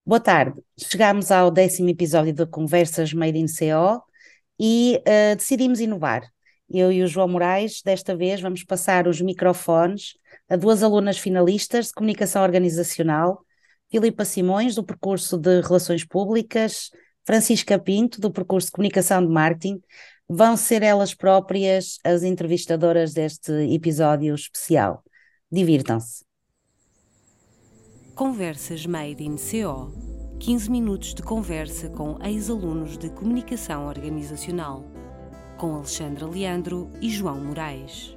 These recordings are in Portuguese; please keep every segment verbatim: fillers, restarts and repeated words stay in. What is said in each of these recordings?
Boa tarde. Chegámos ao décimo episódio de Conversas Made in C O e eh, decidimos inovar. Eu e o João Moraes, desta vez, vamos passar os microfones a duas alunas finalistas de Comunicação Organizacional, Filipa Simões, do percurso de Relações Públicas, Francisca Pinto, do percurso de Comunicação de Marketing. Vão ser elas próprias as entrevistadoras deste episódio especial. Divirtam-se. Conversas Made in C O. quinze minutos de conversa com ex-alunos de Comunicação Organizacional, com Alexandra Leandro e João Moraes.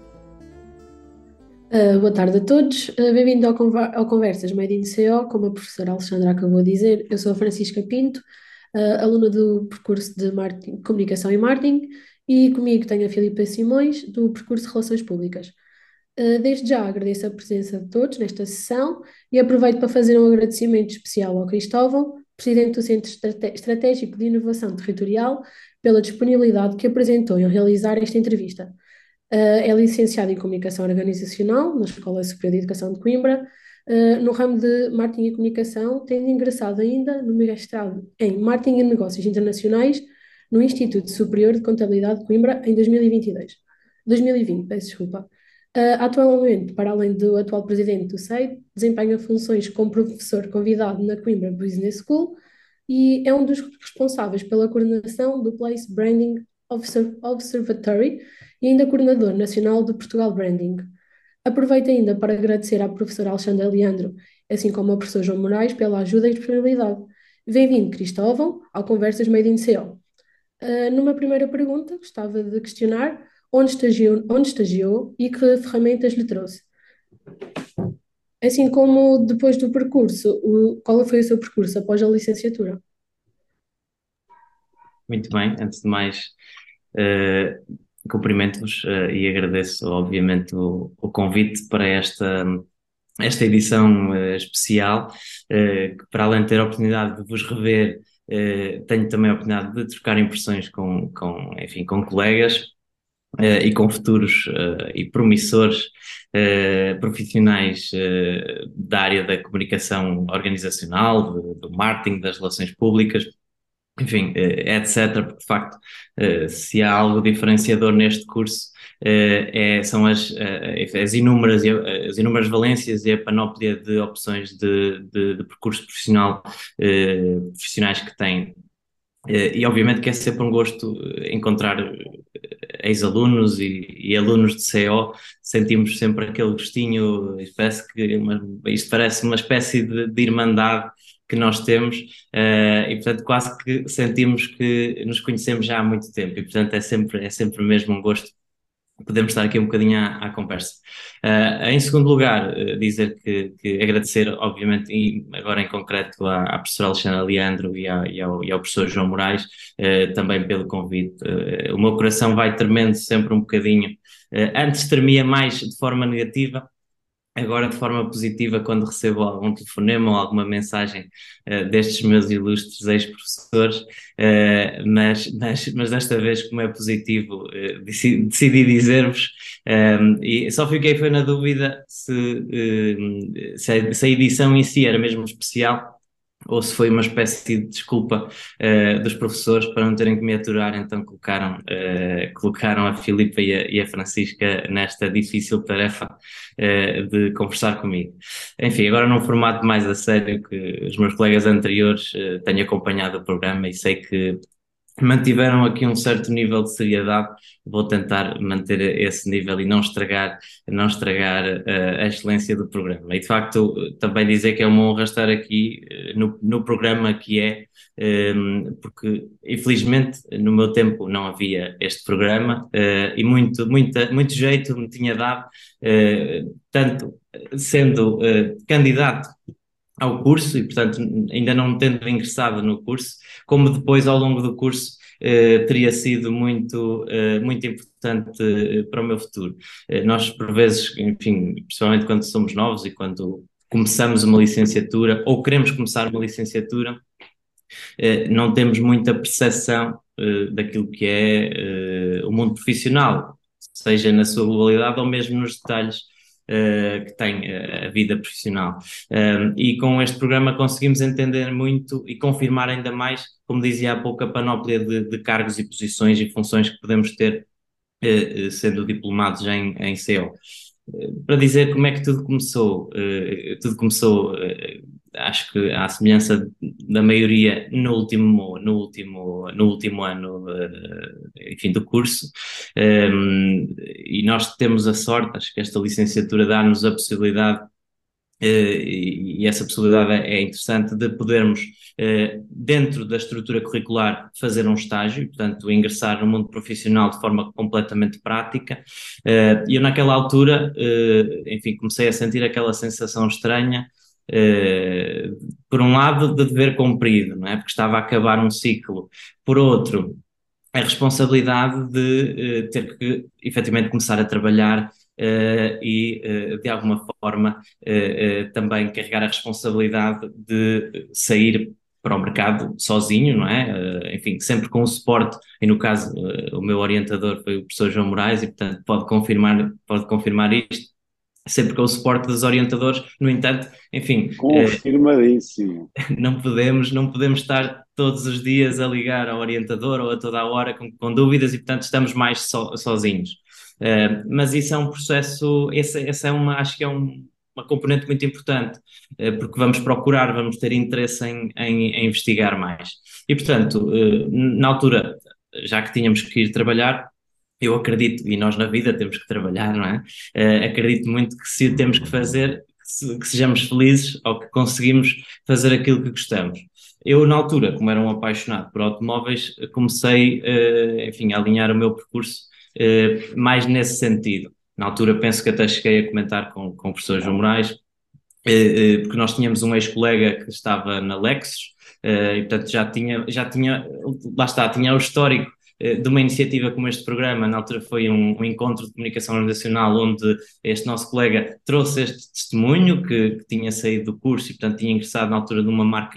Uh, boa tarde a todos, uh, bem-vindo ao, Conva- ao Conversas Made in C O, como a professora Alexandra acabou de dizer. Eu sou a Francisca Pinto, uh, aluna do percurso de marketing, Comunicação e Marketing, e comigo tenho a Filipa Simões, do percurso de Relações Públicas. Uh, desde já agradeço a presença de todos nesta sessão e aproveito para fazer um agradecimento especial ao Cristóvão, presidente do Centro Estrate- Estratégico de Inovação Territorial, pela disponibilidade que apresentou em realizar esta entrevista. Uh, é licenciado em Comunicação Organizacional na Escola Superior de Educação de Coimbra, uh, no ramo de Marketing e Comunicação, tendo ingressado ainda no mestrado em Marketing e Negócios Internacionais no Instituto Superior de Contabilidade de Coimbra em dois mil e vinte e dois. dois mil e vinte, peço desculpa. Uh, atualmente, para além do atual presidente do S E I, desempenha funções como professor convidado na Coimbra Business School e é um dos responsáveis pela coordenação do Place Branding Obser- Observatory e ainda coordenador nacional do Portugal Branding. Aproveito ainda para agradecer à professora Alexandra Leandro, assim como ao professor João Moraes, pela ajuda e disponibilidade. Bem-vindo, Cristóvão, ao Conversas Made in C O. Uh, numa primeira pergunta, gostava de questionar onde estagiou, onde estagiou e que ferramentas lhe trouxe. Assim como depois do percurso, o, qual foi o seu percurso após a licenciatura? Muito bem, antes de mais, eh, cumprimento-vos, eh, e agradeço, obviamente, o, o convite para esta, esta edição, eh, especial, eh, que para além de ter a oportunidade de vos rever, eh, tenho também a oportunidade de trocar impressões com, com, enfim, com colegas, eh, e com futuros, eh, e promissores, eh, profissionais, eh, da área da comunicação organizacional, do, do marketing, das relações públicas, enfim, eh, etcétera, porque de facto, eh, se há algo diferenciador neste curso, eh, é- são as, eh, as inúmeras, e a- as inúmeras valências e a panóplia de opções de, de, de percurso profissional, eh, profissionais que têm. Eh, E obviamente que é sempre um gosto, eh, encontrar, eh, ex-alunos e, e alunos de C O. Sentimos sempre aquele gostinho, e parece que uma- isto parece uma espécie de, de irmandade que nós temos, eh, e portanto quase que sentimos que nos conhecemos já há muito tempo, e portanto é sempre, é sempre mesmo um gosto podemos estar aqui um bocadinho à, à conversa. Uh, em segundo lugar, uh, dizer que, que agradecer, obviamente, e agora em concreto à, à professora Alexandra Leandro e, à, e, ao, e ao professor João Moraes, uh, também pelo convite. Uh, o meu coração vai tremendo sempre um bocadinho. Uh, antes tremia mais de forma negativa, agora de forma positiva quando recebo algum telefonema ou alguma mensagem, eh, destes meus ilustres ex-professores, eh, mas, mas, mas desta vez, como é positivo, eh, decidi, decidi dizer-vos, eh, e só fiquei foi na dúvida se, eh, se a, se a edição em si era mesmo especial, ou se foi uma espécie de desculpa, eh, dos professores para não terem que me aturar, então colocaram, eh, colocaram a Filipa e a, e a Francisca nesta difícil tarefa, eh, de conversar comigo. Enfim, agora num formato mais a sério, que os meus colegas anteriores, eh, tenho acompanhado o programa e sei que mantiveram aqui um certo nível de seriedade. Vou tentar manter esse nível e não estragar, não estragar, eh, a excelência do programa. E de facto, também dizer que é uma honra estar aqui, eh, no, no programa que é, eh, porque infelizmente no meu tempo não havia este programa, eh, e muito, muita, muito jeito me tinha dado, eh, tanto sendo, eh, candidato ao curso e, portanto, ainda não tendo ingressado no curso, como depois, ao longo do curso, eh, teria sido muito, eh, muito importante, eh, para o meu futuro. Eh, nós, por vezes, enfim, principalmente quando somos novos e quando começamos uma licenciatura ou queremos começar uma licenciatura, eh, não temos muita percepção, eh, daquilo que é, eh, o mundo profissional, seja na sua globalidade ou mesmo nos detalhes, uh, que tem uh, a vida profissional. Um, e com este programa conseguimos entender muito e confirmar ainda mais, como dizia há pouco, a panóplia de, de cargos e posições e funções que podemos ter uh, uh, sendo diplomados em, em C E O. Uh, para dizer como é que tudo começou, uh, tudo começou, uh, acho que à semelhança da maioria no último, no último, no último ano, uh, enfim, do curso. Um, e nós temos a sorte, acho que esta licenciatura dá-nos a possibilidade, uh, e, e essa possibilidade é, é interessante, de podermos, uh, dentro da estrutura curricular, fazer um estágio, portanto, ingressar no mundo profissional de forma completamente prática. Uh, e eu naquela altura, uh, enfim, comecei a sentir aquela sensação estranha, Uh, por um lado, de dever cumprido, não é? Porque estava a acabar um ciclo. Por outro, a responsabilidade de uh, ter que efetivamente começar a trabalhar uh, e, uh, de alguma forma, uh, uh, também carregar a responsabilidade de sair para o mercado sozinho, não é? Uh, enfim, sempre com o suporte, e no caso, uh, o meu orientador foi o professor João Moraes, e portanto pode confirmar, pode confirmar isto, sempre com o suporte dos orientadores. No entanto, enfim, eh, Confirmadíssimo. não podemos, não podemos estar todos os dias a ligar ao orientador ou a toda a hora com, com dúvidas, e portanto estamos mais so, sozinhos. Eh, mas isso é um processo, essa, essa é uma, acho que é um, uma componente muito importante, eh, porque vamos procurar, vamos ter interesse em, em, em investigar mais. E portanto, eh, na altura, já que tínhamos que ir trabalhar, eu acredito, e nós na vida temos que trabalhar, não é? Uh, acredito muito que se o temos que fazer, que, se, que sejamos felizes ou que conseguimos fazer aquilo que gostamos. Eu, na altura, como era um apaixonado por automóveis, comecei, uh, enfim, a alinhar o meu percurso uh, mais nesse sentido. Na altura, penso que até cheguei a comentar com, com o professor João Moraes, uh, uh, porque nós tínhamos um ex-colega que estava na Lexus, uh, e portanto já tinha, já tinha, lá está, tinha o histórico de uma iniciativa como este programa. Na altura foi um, um encontro de comunicação organizacional onde este nosso colega trouxe este testemunho que, que tinha saído do curso e, portanto, tinha ingressado na altura numa marca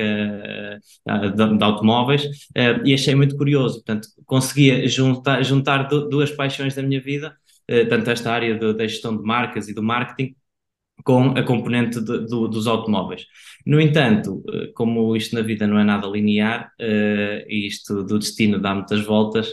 uh, de, de automóveis, uh, e achei muito curioso. Portanto, conseguia juntar, juntar duas paixões da minha vida, uh, tanto esta área de, da gestão de marcas e do marketing, com a componente de, do, dos automóveis. No entanto, como isto na vida não é nada linear, uh, e isto do destino dá muitas voltas,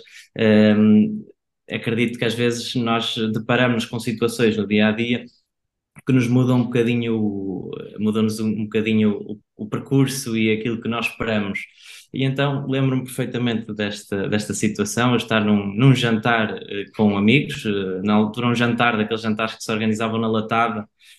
um, acredito que às vezes nós deparamos com situações no dia-a-dia que nos mudam um bocadinho, mudam-nos um, um bocadinho o, o percurso e aquilo que nós esperamos. E então lembro-me perfeitamente desta, desta situação, eu estar num, num jantar uh, com amigos, uh, na altura um jantar daqueles jantares que se organizavam na Latada,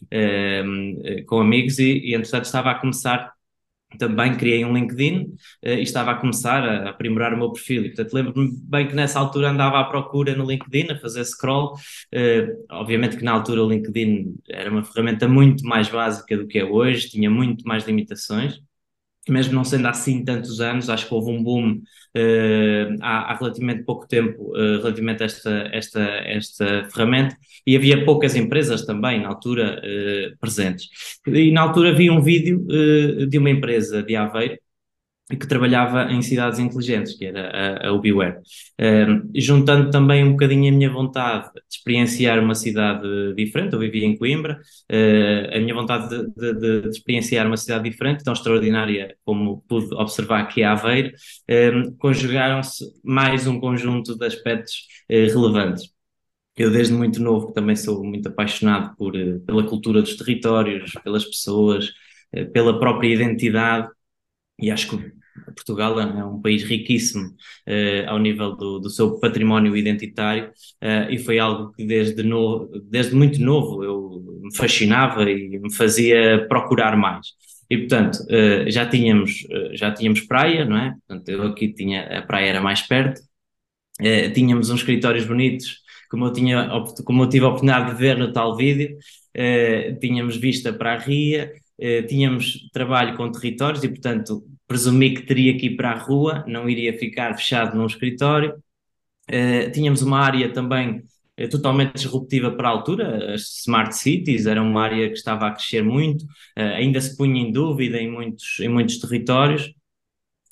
uh, com amigos, e, e entretanto estava a começar, também criei um LinkedIn, uh, e estava a começar a, a aprimorar o meu perfil. E, portanto, lembro-me bem que nessa altura andava à procura no LinkedIn, a fazer scroll. Uh, obviamente que na altura o LinkedIn era uma ferramenta muito mais básica do que é hoje, tinha muito mais limitações. Mesmo não sendo assim tantos anos, acho que houve um boom uh, há, há relativamente pouco tempo, uh, relativamente a esta, esta, esta ferramenta, e havia poucas empresas também na altura uh, presentes. E na altura vi um vídeo uh, de uma empresa de Aveiro que trabalhava em cidades inteligentes, que era a, a Ubiware, um, juntando também um bocadinho a minha vontade de experienciar uma cidade diferente. Eu vivia em Coimbra, uh, a minha vontade de, de, de experienciar uma cidade diferente, tão extraordinária como pude observar que é Aveiro, um, conjugaram-se mais um conjunto de aspectos uh, relevantes. Eu, desde muito novo, também sou muito apaixonado por, uh, pela cultura dos territórios, pelas pessoas, uh, pela própria identidade. E acho que Portugal é um país riquíssimo uh, ao nível do, do seu património identitário, uh, e foi algo que desde, no, desde muito novo eu me fascinava e me fazia procurar mais. E, portanto, uh, já tínhamos, uh, já tínhamos praia, não é? Portanto, eu aqui tinha, a praia era mais perto, uh, tínhamos uns escritórios bonitos, como eu, tinha, como eu tive a oportunidade de ver no tal vídeo, uh, tínhamos vista para a ria. Uh, tínhamos trabalho com territórios e, portanto, presumi que teria que ir para a rua, não iria ficar fechado num escritório. Uh, tínhamos uma área também uh, totalmente disruptiva para a altura, as Smart Cities, era uma área que estava a crescer muito, uh, ainda se punha em dúvida em muitos, em muitos territórios.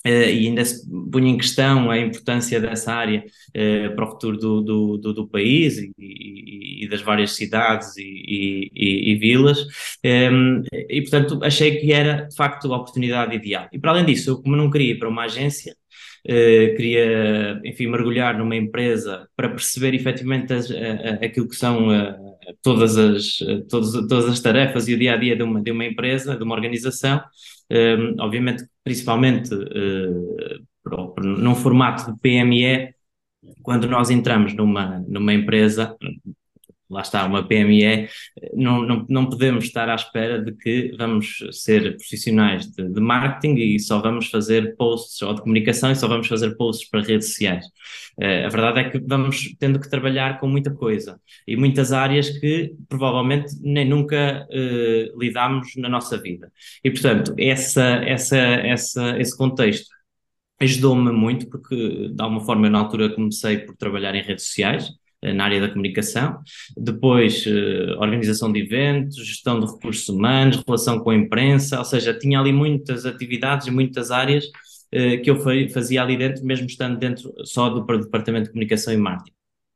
Uh, e ainda se punha em questão a importância dessa área uh, para o futuro do, do, do, do país e, e, e das várias cidades e, e, e vilas, um, e portanto achei que era de facto a oportunidade ideal. E para além disso, eu como não queria ir para uma agência, Uh, queria, enfim, mergulhar numa empresa para perceber efetivamente as, a, a, aquilo que são uh, todas, as, uh, todas, todas as tarefas e o dia-a-dia de uma, de uma empresa, de uma organização, um, obviamente, principalmente uh, pro, pro, num formato de P M E, quando nós entramos numa, numa empresa, lá está, uma P M E, não, não, não podemos estar à espera de que vamos ser profissionais de, de marketing e só vamos fazer posts, ou de comunicação, e só vamos fazer posts para redes sociais. Uh, a verdade é que vamos tendo que trabalhar com muita coisa e muitas áreas que provavelmente nem nunca uh, lidamos na nossa vida. E, portanto, essa, essa, essa, esse contexto ajudou-me muito, porque de alguma forma eu na altura comecei por trabalhar em redes sociais, na área da comunicação, depois eh, organização de eventos, gestão de recursos humanos, relação com a imprensa, ou seja, tinha ali muitas atividades e muitas áreas eh, que eu fazia ali dentro, mesmo estando dentro só do departamento de comunicação e marketing.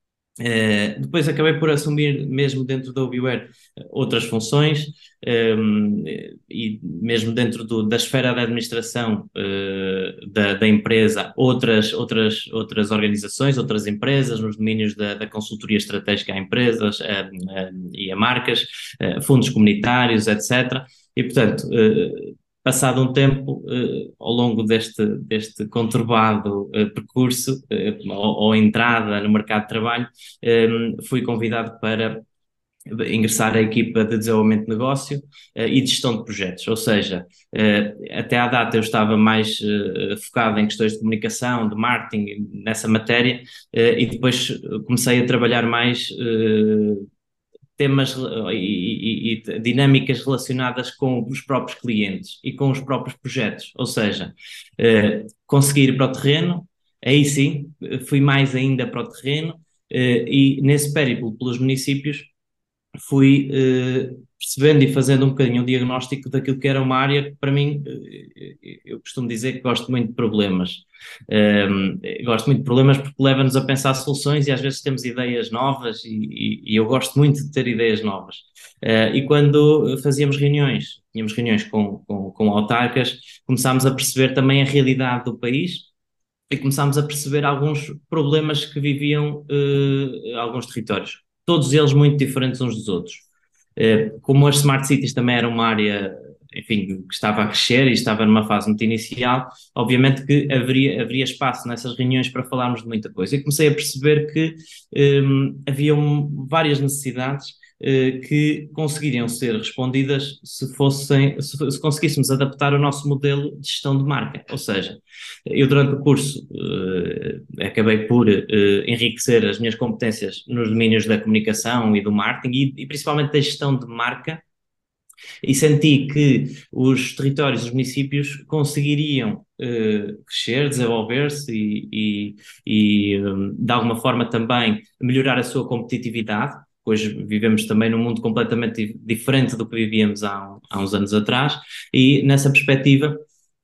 Uh, depois acabei por assumir mesmo dentro da Ubiware outras funções um, e mesmo dentro do, da esfera da administração uh, da, da empresa outras, outras, outras organizações, outras empresas nos domínios da, da consultoria estratégica a empresas uh, uh, e a marcas, uh, fundos comunitários, etcétera. E portanto uh, passado um tempo, eh, ao longo deste, deste conturbado eh, percurso, eh, ou, ou entrada no mercado de trabalho, eh, fui convidado para ingressar à equipa de desenvolvimento de negócio eh, e de gestão de projetos, ou seja, eh, até à data eu estava mais eh, focado em questões de comunicação, de marketing, nessa matéria, eh, e depois comecei a trabalhar mais eh, temas e, e, e dinâmicas relacionadas com os próprios clientes e com os próprios projetos, ou seja, eh, conseguir ir para o terreno, aí sim, fui mais ainda para o terreno eh, e nesse périplo pelos municípios fui eh, percebendo e fazendo um bocadinho um diagnóstico daquilo que era uma área que para mim, eh, eu costumo dizer que gosto muito de problemas. Um, gosto muito de problemas porque leva-nos a pensar soluções e às vezes temos ideias novas e, e, e eu gosto muito de ter ideias novas. Uh, e quando fazíamos reuniões, tínhamos reuniões com, com, com autarcas, começámos a perceber também a realidade do país e começámos a perceber alguns problemas que viviam uh, alguns territórios, todos eles muito diferentes uns dos outros. Uh, como as Smart Cities também era uma área, enfim, que estava a crescer e estava numa fase muito inicial, obviamente que haveria, haveria espaço nessas reuniões para falarmos de muita coisa. E comecei a perceber que um, havia um, várias necessidades uh, que conseguiriam ser respondidas se fossem, se, se conseguíssemos adaptar o nosso modelo de gestão de marca. Ou seja, eu durante o curso uh, acabei por uh, enriquecer as minhas competências nos domínios da comunicação e do marketing e, e principalmente da gestão de marca, e senti que os territórios, os municípios conseguiriam uh, crescer, desenvolver-se e, e, e um, de alguma forma também melhorar a sua competitividade. Hoje vivemos também num mundo completamente diferente do que vivíamos há, há uns anos atrás e nessa perspectiva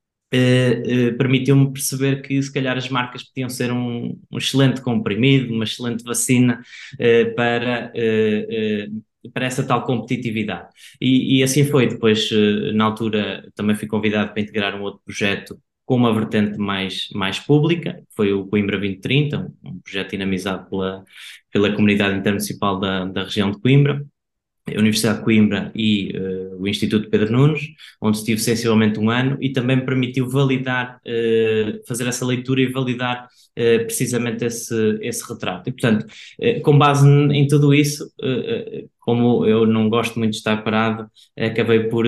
Uh, uh, permitiu-me perceber que se calhar as marcas podiam ser um, um excelente comprimido, uma excelente vacina uh, para, uh, uh, para essa tal competitividade. E, e assim foi. Depois, uh, na altura, também fui convidado para integrar um outro projeto com uma vertente mais, mais pública, foi o Coimbra vinte trinta, um, um projeto dinamizado pela, pela comunidade intermunicipal da, da região de Coimbra, a Universidade de Coimbra e uh, o Instituto Pedro Nunes, onde estive sensivelmente um ano e também me permitiu validar, uh, fazer essa leitura e validar uh, precisamente esse, esse retrato. E, portanto, uh, com base em tudo isso, uh, uh, como eu não gosto muito de estar parado, acabei por uh,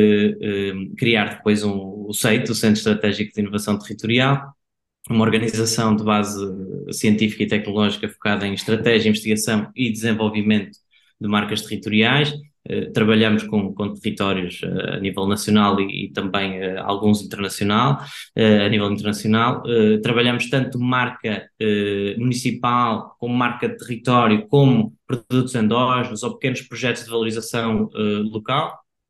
uh, criar depois um, o CEIT, o Centro Estratégico de Inovação Territorial, uma organização de base científica e tecnológica focada em estratégia, investigação e desenvolvimento de marcas territoriais. Uh, trabalhamos com, com territórios uh, a nível nacional e, e também uh, alguns internacional, uh, a nível internacional. Uh, trabalhamos tanto marca uh, municipal, como marca de território, como produtos endógenos ou pequenos projetos de valorização uh, local.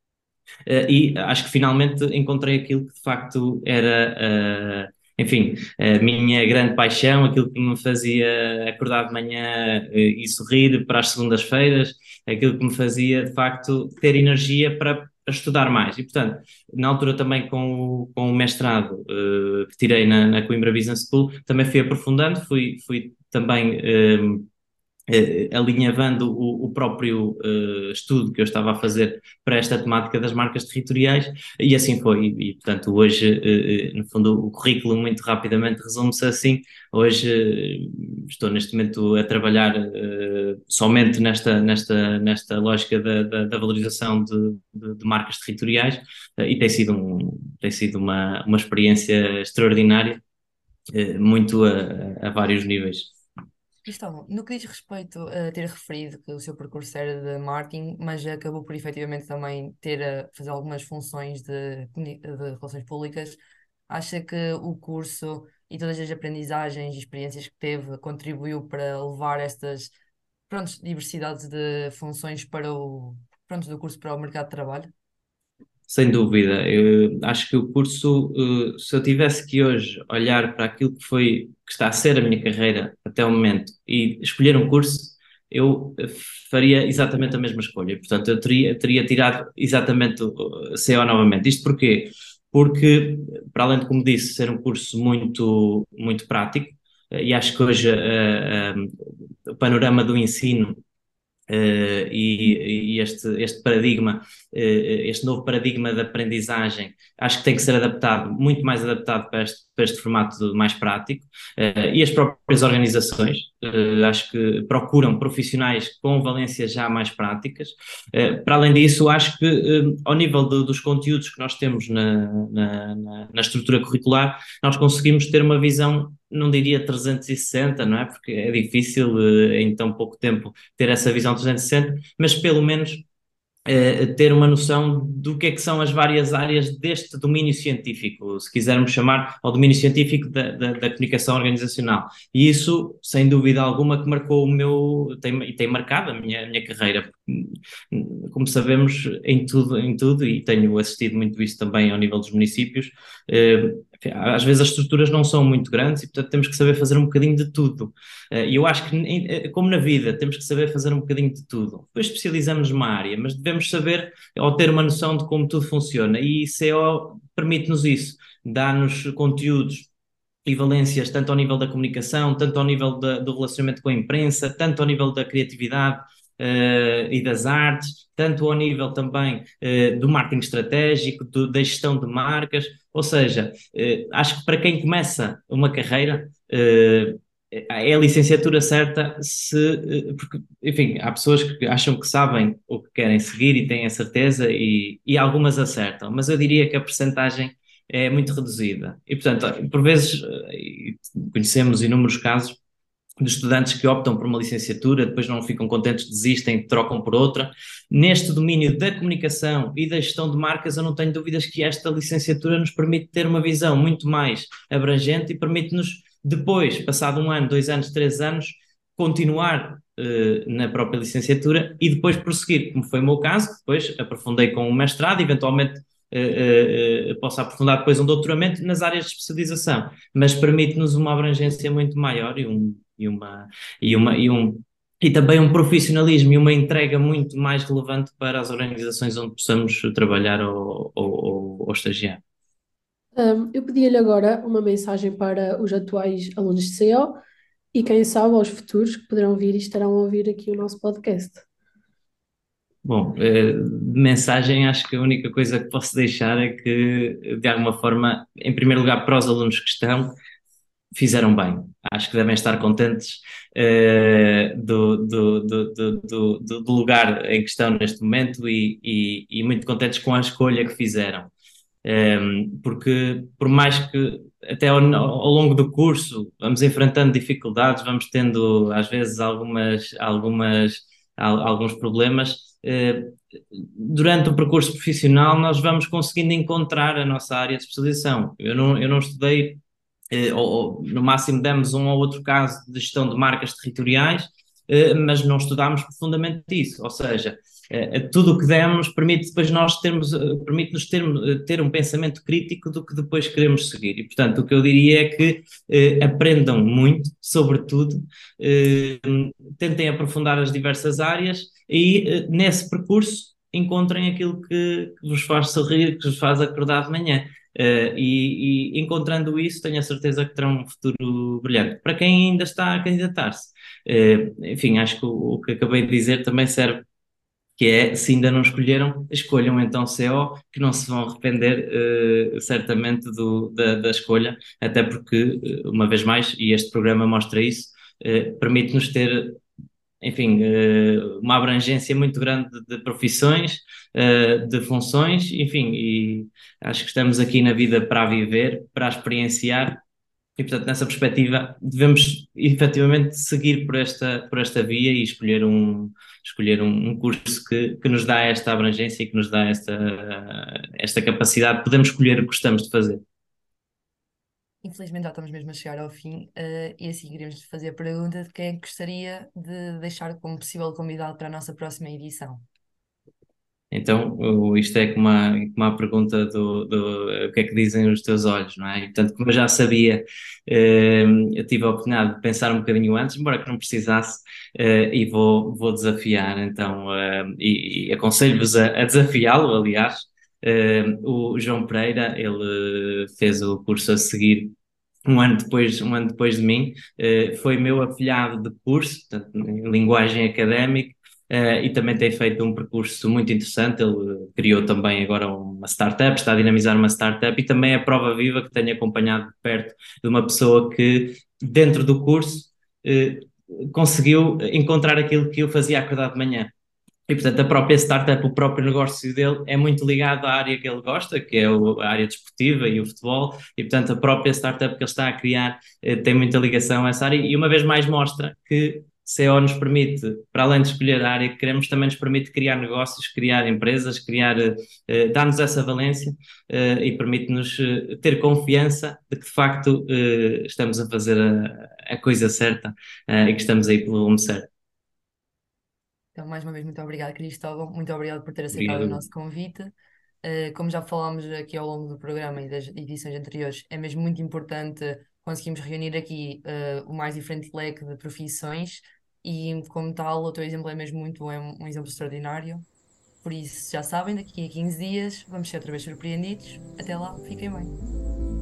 Uh, e acho que finalmente encontrei aquilo que de facto era, uh, enfim, a minha grande paixão, aquilo que me fazia acordar de manhã uh, e sorrir para as segundas-feiras, aquilo que me fazia de facto ter energia para, para estudar mais. E portanto, na altura também com o, com o mestrado uh, que tirei na, na Coimbra Business School, também fui aprofundando, fui, fui também. Um, eh, alinhavando o, o próprio eh, estudo que eu estava a fazer para esta temática das marcas territoriais, e assim foi. E, e, portanto, hoje, eh, eh, no fundo, o currículo, muito rapidamente, resume-se assim. Hoje eh, estou neste momento a trabalhar eh, somente nesta, nesta, nesta lógica da, da, da valorização de, de, de marcas territoriais, eh, e tem sido, um, tem sido uma, uma experiência extraordinária, eh, muito a, a vários níveis. Cristóvão, no que diz respeito a ter referido que o seu percurso era de marketing, mas acabou por efetivamente também ter a fazer algumas funções de, comuni- de relações públicas, acha que o curso e todas as aprendizagens e experiências que teve contribuiu para levar estas, prontos, diversidades de funções para o, prontos, do curso para o mercado de trabalho? Sem dúvida, eu acho que o curso, eh, se eu tivesse que hoje olhar para aquilo que foi, que está a ser a minha carreira até o momento e escolher um curso, eu eh, faria exatamente a mesma escolha. E, portanto, eu teria, teria tirado exatamente o C E O novamente. Isto porquê? Porque, para além de, como disse, ser um curso muito, muito prático, eh, e acho que hoje eh, eh, o panorama do ensino Uh, e, e este, este paradigma, uh, este novo paradigma de aprendizagem, acho que tem que ser adaptado, muito mais adaptado para este, para este formato mais prático, uh, e as próprias organizações, uh, acho que procuram profissionais com valências já mais práticas. Uh, para além disso, acho que uh, ao nível de, dos conteúdos que nós temos na, na, na, na estrutura curricular, nós conseguimos ter uma visão, não diria trezentos e sessenta, não é? Porque é difícil uh, em tão pouco tempo ter essa visão trezentos e sessenta, mas pelo menos eh, ter uma noção do que é que são as várias áreas deste domínio científico, se quisermos chamar ao domínio científico da, da, da comunicação organizacional. E isso, sem dúvida alguma, que marcou o meu, tem, e tem marcado a minha, a minha carreira. Como sabemos, em tudo, em tudo, e tenho assistido muito isso também ao nível dos municípios, eh, às vezes as estruturas não são muito grandes e, portanto, temos que saber fazer um bocadinho de tudo. E eu acho que, como na vida, temos que saber fazer um bocadinho de tudo. Depois especializamos numa área, mas devemos saber ou ter uma noção de como tudo funciona. E C E O permite-nos isso, dá-nos conteúdos e valências tanto ao nível da comunicação, tanto ao nível da, do relacionamento com a imprensa, tanto ao nível da criatividade uh, e das artes, tanto ao nível também uh, do marketing estratégico, do, da gestão de marcas. Ou seja, uh, acho que para quem começa uma carreira, uh, é a licenciatura certa, se, porque, enfim, há pessoas que acham que sabem o que querem seguir e têm a certeza, e, e algumas acertam, mas eu diria que a percentagem é muito reduzida. E, portanto, por vezes, conhecemos inúmeros casos de estudantes que optam por uma licenciatura, depois não ficam contentes, desistem, trocam por outra. Neste domínio da comunicação e da gestão de marcas, eu não tenho dúvidas que esta licenciatura nos permite ter uma visão muito mais abrangente e permite-nos depois, passado um ano, dois anos, três anos, continuar uh, na própria licenciatura e depois prosseguir, como foi o meu caso, que depois aprofundei com um mestrado, eventualmente uh, uh, posso aprofundar depois um doutoramento nas áreas de especialização, mas permite-nos uma abrangência muito maior e, um, e, uma, e, uma, e, um, e também um profissionalismo e uma entrega muito mais relevante para as organizações onde possamos trabalhar ou, ou, ou, ou estagiar. Um, eu pedi-lhe agora uma mensagem para os atuais alunos de C E O e quem sabe aos futuros que poderão vir e estarão a ouvir aqui o nosso podcast. Bom, de mensagem, acho que a única coisa que posso deixar é que, de alguma forma, em primeiro lugar, para os alunos que estão, fizeram bem. Acho que devem estar contentes uh, do, do, do, do, do, do lugar em que estão neste momento e, e, e muito contentes com a escolha que fizeram. Um, porque por mais que até ao, ao longo do curso vamos enfrentando dificuldades, vamos tendo às vezes algumas, algumas, alguns problemas, uh, durante o percurso profissional nós vamos conseguindo encontrar a nossa área de especialização. Eu não, eu não estudei, uh, ou, ou no máximo demos um ou outro caso de gestão de marcas territoriais, uh, mas não estudámos profundamente isso, ou seja, uh, tudo o que demos permite depois nós termos, uh, permite-nos ter, uh, ter um pensamento crítico do que depois queremos seguir. E, portanto, o que eu diria é que uh, aprendam muito, sobretudo, uh, tentem aprofundar as diversas áreas e, uh, nesse percurso, encontrem aquilo que, que vos faz sorrir, que vos faz acordar de manhã. Uh, e, e encontrando isso, tenho a certeza que terão um futuro brilhante. Para quem ainda está a candidatar-se, uh, enfim, acho que o, o que acabei de dizer também serve, que é, se ainda não escolheram, escolham então C O, que não se vão arrepender uh, certamente do, da, da escolha, até porque, uh, uma vez mais, e este programa mostra isso, uh, permite-nos ter, enfim, uh, uma abrangência muito grande de, de profissões, uh, de funções, enfim, e acho que estamos aqui na vida para a viver, para a experienciar, e portanto nessa perspectiva devemos efetivamente seguir por esta, por esta via e escolher um, escolher um, um curso que, que nos dá esta abrangência e que nos dá esta, esta capacidade, podemos escolher o que gostamos de fazer. Infelizmente já estamos mesmo a chegar ao fim, eh, e assim queríamos fazer a pergunta de quem é que gostaria de deixar como possível convidado para a nossa próxima edição. Então, o- isto é como a, como a pergunta do, do o que é que dizem os teus olhos, não é? E, portanto, como eu já sabia, eh, eu tive a oportunidade de pensar um bocadinho antes, embora que não precisasse, eh, e vou, vou desafiar, então, eh, e, e aconselho-vos a, a desafiá-lo, aliás. Eh, o João Pereira, ele fez o curso a seguir um ano depois, um ano depois de mim, eh, foi meu afilhado de curso, portanto, em linguagem académica, eh, e também tem feito um percurso muito interessante. Ele eh, criou também agora uma startup, está a dinamizar uma startup, e também é prova viva que tenho acompanhado de perto de uma pessoa que, dentro do curso, eh, conseguiu encontrar aquilo que eu fazia acordar de manhã. E, portanto, a própria startup, o próprio negócio dele é muito ligado à área que ele gosta, que é o- a área desportiva e o futebol, e, portanto, a própria startup que ele está a criar eh, tem muita ligação a essa área, e uma vez mais mostra que C O nos permite, para além de escolher a área que queremos, também nos permite criar negócios, criar empresas, criar, eh, eh, dar-nos essa valência, eh, e permite-nos eh, ter confiança de que, de facto, eh, estamos a fazer a, a coisa certa, eh, e que estamos aí pelo rumo certo. Então, mais uma vez, muito obrigada, Cristóvão. Muito obrigado por ter aceitado o Obrigado. nosso convite. Uh, como já falámos aqui ao longo do programa e das edições anteriores, é mesmo muito importante conseguirmos reunir aqui uh, o mais diferente leque de profissões, e, como tal, o teu exemplo é mesmo muito, é um, um exemplo extraordinário. Por isso, já sabem, daqui a quinze dias vamos ser outra vez surpreendidos. Até lá, fiquem bem.